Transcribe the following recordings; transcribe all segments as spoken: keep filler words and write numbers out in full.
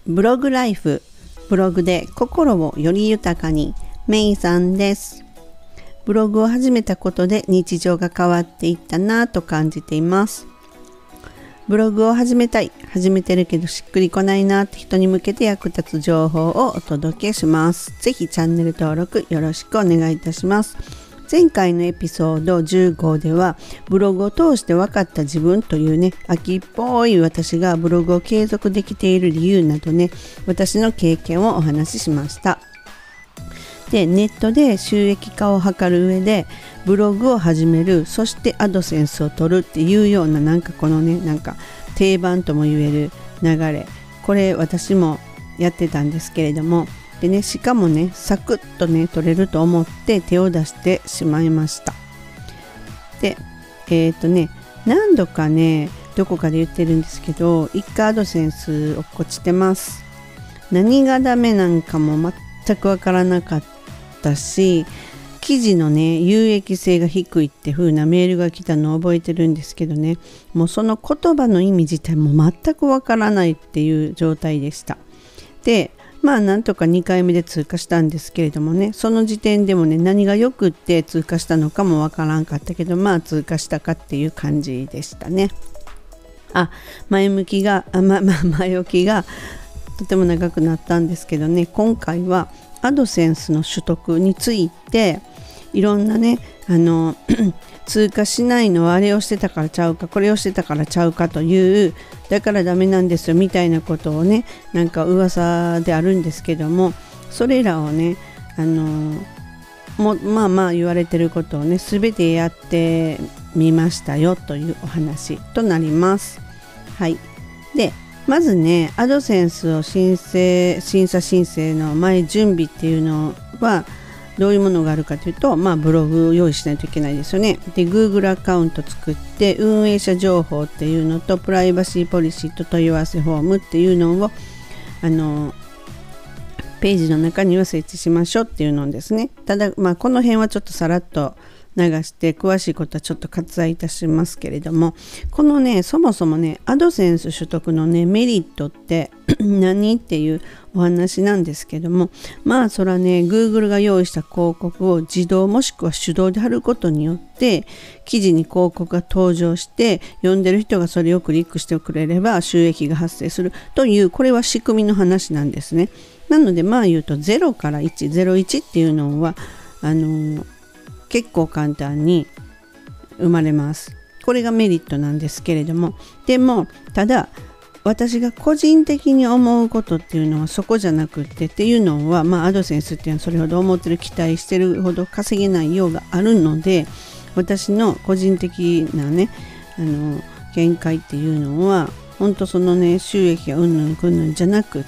ブログライフ、ブログで心をより豊かに、メイさんです。ブログを始めたことで日常が変わっていったなぁと感じています。ブログを始めたい、始めてるけどしっくりこないなって人に向けて役立つ情報をお届けします。ぜひチャンネル登録よろしくお願いいたします。前回のエピソードじゅうごではブログを通して分かった自分というね、秋っぽい私がブログを継続できている理由などね、私の経験をお話ししました。で、ネットで収益化を図る上でブログを始める、そしてアドセンスを取るっていうような、なんかこのね、なんか定番とも言える流れ、これ私もやってたんですけれども、でね、しかもね、サクッとね取れると思って手を出してしまいました。で、えっとね何度かねどこかで言ってるんですけど、一回アドセンス落っこちてます。何がダメなんかも全くわからなかったし、記事のね有益性が低いって風なメールが来たのを覚えてるんですけどね、もうその言葉の意味自体も全くわからないっていう状態でした。で、まあなんとかにかいめで通過したんですけれどもね、その時点でもね、何がよくって通過したのかもわからんかったけど、まあ通過したかっていう感じでしたね。あ、前向きがあ、ま、ま、前置きがとても長くなったんですけどね、今回はアドセンスの取得についていろんなね、あの通過しないのはあれをしてたからちゃうか、これをしてたからちゃうかという、だからダメなんですよみたいなことをね、なんか噂であるんですけども、それらをね、あのもまあまあ言われてることをね、全てやってみましたよというお話となります。はい。で、まずね、アドセンスを申請審査申請の前準備っていうのはどういうものがあるかというと、まあブログを用意しないといけないですよね。で、Google アカウント作って運営者情報っていうのとプライバシーポリシーと問い合わせフォームっていうのをあのページの中には設置しましょうっていうのですね。ただまあこの辺はちょっとさらっと流して詳しいことはちょっと割愛いたしますけれども、このね、そもそもねアドセンス取得のねメリットって何っていうお話なんですけども、まあそれはね Google が用意した広告を自動もしくは手動で貼ることによって記事に広告が登場して読んでる人がそれをクリックしてくれれば収益が発生するという、これは仕組みの話なんですね。なのでまあ言うとゼロからいち、ゼロいちっていうのはあのー結構簡単に生まれます。これがメリットなんですけれども、でもただ私が個人的に思うことっていうのはそこじゃなくってっていうのは、まあアドセンスっていうのはそれほど思ってる期待してるほど稼げないようがあるので、私の個人的なねあの見解っていうのは本当そのね収益がうんぬんくんぬんじゃなくって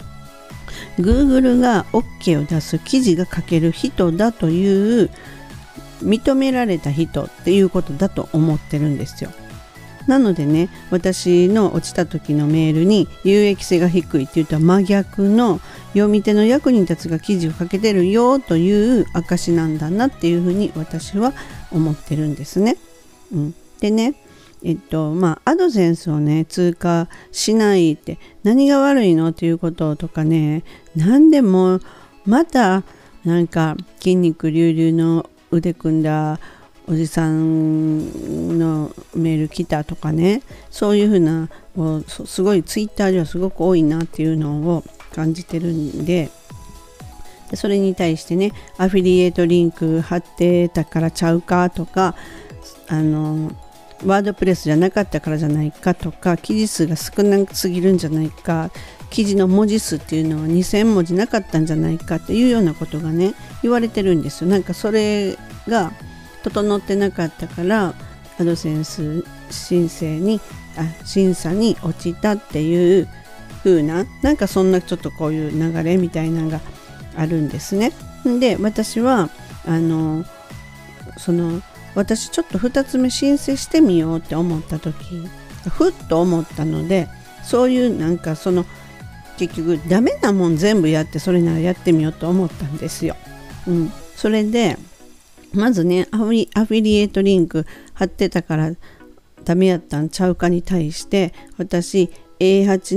、Google が OK を出す記事が書ける人だという認められた人っていうことだと思ってるんですよ。なのでね、私の落ちた時のメールに有益性が低いって言ったら真逆の読み手の役に立つが記事を書けてるよという証なんだなっていうふうに私は思ってるんですね。うん、でね、えっとまあアドセンスをね通過しないって何が悪いのっていうこととかね、なんでもまたなんか筋肉隆々の腕組んだおじさんのメール来たとかね、そういうふうなすごいツイッターではすごく多いなっていうのを感じてるんで、それに対してねアフィリエイトリンク貼ってたからちゃうかとか、あのワードプレスじゃなかったからじゃないかとか、記事数が少なすぎるんじゃないか、記事の文字数っていうのはにせんもじなかったんじゃないかっていうようなことがね言われてるんですよ。なんかそれが整ってなかったからアドセンス申請にあ審査に落ちたっていう風な、なんかそんなちょっとこういう流れみたいなのがあるんですね。で、私はあのその私ちょっとふたつめ申請してみようって思った時、ふっと思ったので、そういうなんかその結局ダメなもん全部やってそれならやってみようと思ったんですよ。うん、それでまずねアフィ、アフィリエイトリンク貼ってたからダメやったんちゃうかに対して、私 エーはち ネッ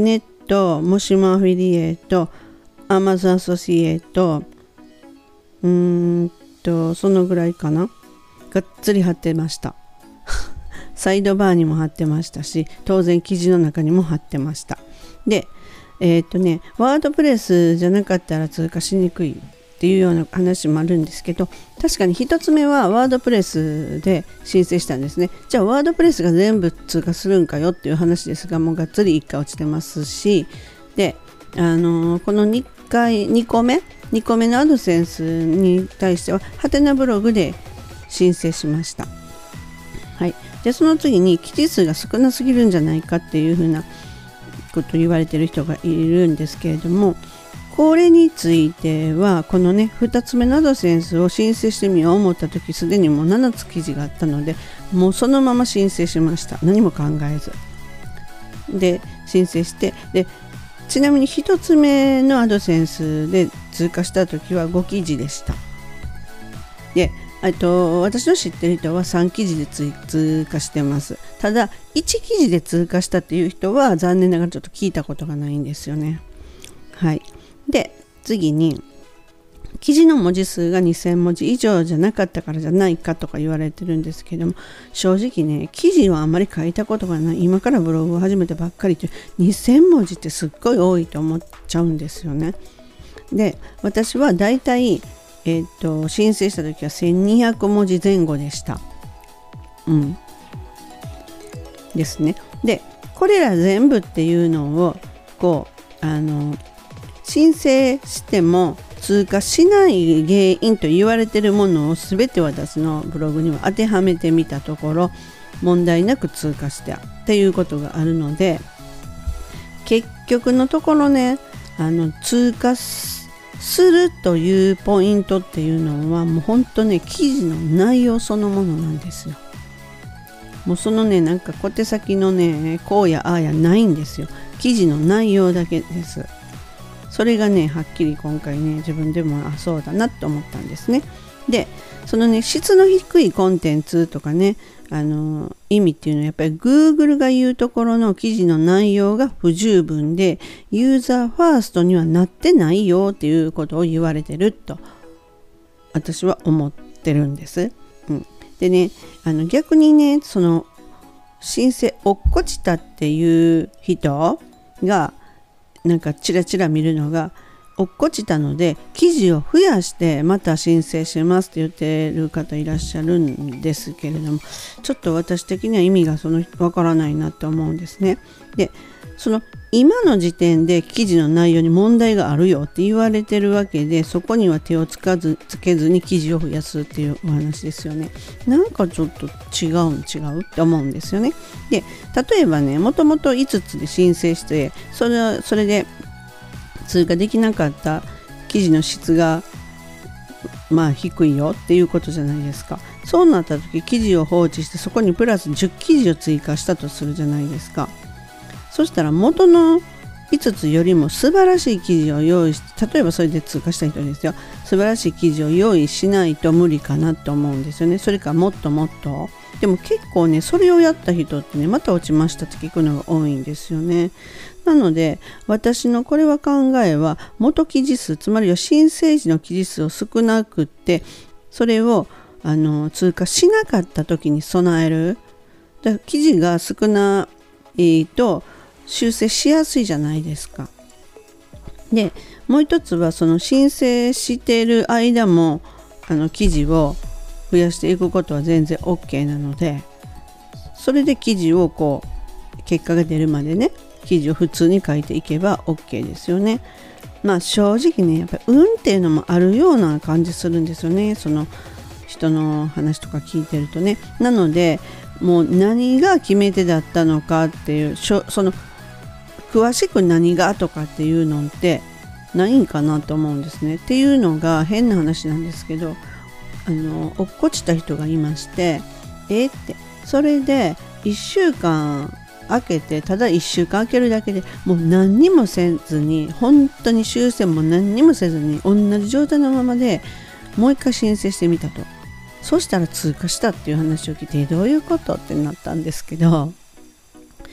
ト、もしもアフィリエイト、Amazon アソシエイト、うーんとそのぐらいかな。がっつり貼ってましたサイドバーにも貼ってましたし、当然記事の中にも貼ってました。でえっとねワードプレスじゃなかったら通過しにくいっていうような話もあるんですけど、確かにひとつめはワードプレスで申請したんですね。じゃあワードプレスが全部通過するんかよっていう話ですが、もうがっつりいっかい落ちてますし、で、あのー、このにかいにこめにこめのアドセンスに対してはハテナブログで申請しました。はい、でその次に記事数が少なすぎるんじゃないかっていうふうなことを言われている人がいるんですけれども、これについてはこのねふたつめのアドセンスを申請してみよう思った時、すでにもうななつ記事があったので、もうそのまま申請しました。何も考えずで申請して、でちなみにひとつめのアドセンスで通過した時はご記事でした。でと私の知ってる人はさん記事で通過してます。ただいち記事で通過したっていう人は残念ながらちょっと聞いたことがないんですよね。はい。で次に記事の文字数がにせんもじ以上じゃなかったからじゃないかとか言われてるんですけども、正直ね記事はあんまり書いたことがない、今からブログを始めたばっかりでにせんもじってすっごい多いと思っちゃうんですよね。で私はだいたいえー、と申請した時はせんにひゃくもじぜん後でした。うんですね。でこれら全部っていうのをこうあの申請しても通過しない原因と言われているものを全て私のブログには当てはめてみたところ、問題なく通過したっていうことがあるので、結局のところねあの通過すするというポイントっていうのはもう本当ね記事の内容そのものなんですよ。もうそのねなんか小手先のねこうやああやないんですよ。記事の内容だけです。それがねはっきり今回ね自分でもあそうだなと思ったんですね。でそのね質の低いコンテンツとかねあの意味っていうのはやっぱり Google が言うところの記事の内容が不十分でユーザーファーストにはなってないよっていうことを言われてると私は思ってるんです。うん、でねあの逆にねその申請落っこちたっていう人がなんかチラチラ見るのが落っこちたので記事を増やしてまた申請しますって言ってる方いらっしゃるんですけれども、ちょっと私的には意味がそのわからないなと思うんですね。でその今の時点で記事の内容に問題があるよって言われてるわけで、そこには手をつかずつけずに記事を増やすっていうお話ですよね。なんかちょっと違うん違うって思うんですよね。で例えばねもともといつつで申請してそれはそれで通過できなかった記事の質がまあ低いよっていうことじゃないですか。そうなった時記事を放置してそこにプラスじゅう記事を追加したとするじゃないですか。そしたら元のいつつよりも素晴らしい記事を用意して、例えばそれで通過した人ですよ、素晴らしい記事を用意しないと無理かなと思うんですよね。それからもっともっとでも結構ねそれをやった人ってねまた落ちましたって聞くのが多いんですよね。なので私のこれは考えは元記事数、つまりは申請時の記事数を少なくってそれをあの通過しなかった時に備える。だから記事が少ないと修正しやすいじゃないですか。でもう一つはその申請している間もあの記事を増やしていくことは全然 OK なので、それで記事をこう結果が出るまでね記事を普通に書いていけば OK ですよね。まあ正直ねやっぱり運っていうのもあるような感じするんですよね、その人の話とか聞いてるとね。なのでもう何が決め手だったのかっていうその詳しく何がとかっていうのってないんかなと思うんですね。っていうのが変な話なんですけど、あの落っこちた人がいまして、えー、ってそれでいっしゅうかん空けて、ただいっしゅうかん空けるだけでもう何にもせずに、本当に修正も何にもせずに同じ状態のままでもう一回申請してみたと。そしたら通過したっていう話を聞いて、どういうことってなったんですけど、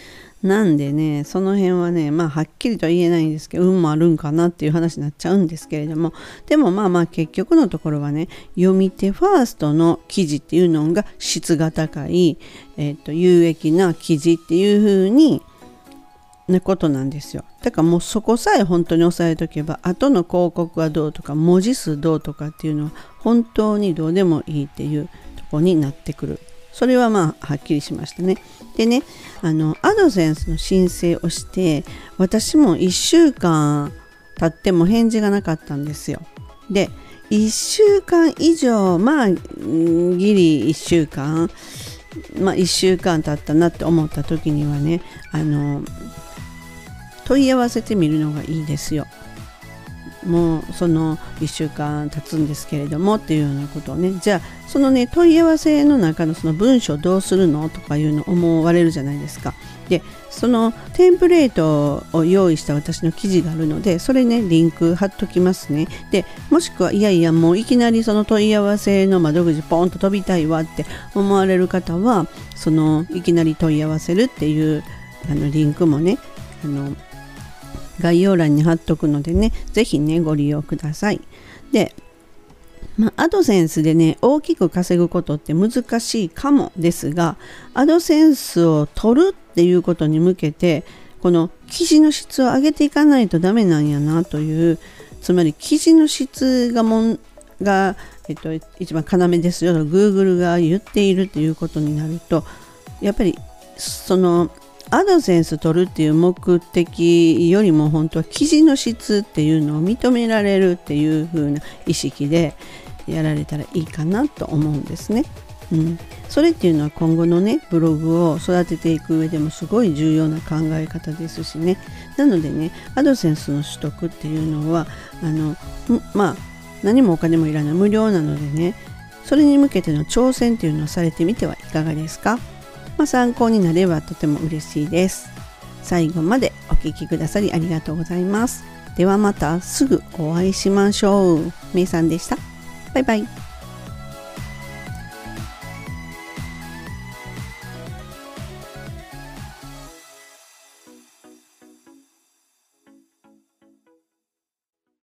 なんでね、その辺はね、まあはっきりとは言えないんですけど、運もあるんかなっていう話になっちゃうんですけれども、でもまあまあ結局のところはね、読み手ファーストの記事っていうのが質が高い、えーと、有益な記事っていう風になことなんですよ。だからもうそこさえ本当に押さえとけば、後の広告はどうとか文字数どうとかっていうのは本当にどうでもいいっていうところになってくる。それはまあはっきりしましたね。でね、あのアドセンスの申請をして、私もいっしゅうかん経っても返事がなかったんですよ。で、いっしゅうかん以上、まあギリいっしゅうかん、まあいっしゅうかん経ったなって思った時にはね、あの問い合わせてみるのがいいですよ。もうそのいっしゅうかん経つんですけれどもっていうようなことをね、じゃあそのね問い合わせの中のその文章どうするのとかいうの思われるじゃないですか。でそのテンプレートを用意した私の記事があるので、それねリンク貼っときますね。でもしくはいやいやもういきなりその問い合わせの窓口ポンと飛びたいわって思われる方は、そのいきなり問い合わせるっていうあのリンクもね、あの概要欄に貼っとくのでね、ぜひねご利用ください。で、まあ、アドセンスでね大きく稼ぐことって難しいかもですが、アドセンスを取るっていうことに向けてこの記事の質を上げていかないとダメなんやなという、つまり記事の質がもんが、えっと、一番要ですよと Google が言っているということになると、やっぱりそのアドセンス取るっていう目的よりも本当は記事の質っていうのを認められるっていう風な意識でやられたらいいかなと思うんですね。うん、それっていうのは今後のねブログを育てていく上でもすごい重要な考え方ですしね。なのでねアドセンスの取得っていうのはあのまあ何もお金もいらない無料なのでね、それに向けての挑戦っていうのをされてみてはいかがですか。まあ、参考になればとても嬉しいです。最後までお聞きくださりありがとうございます。ではまたすぐお会いしましょう。めいさんでした。バイバイ。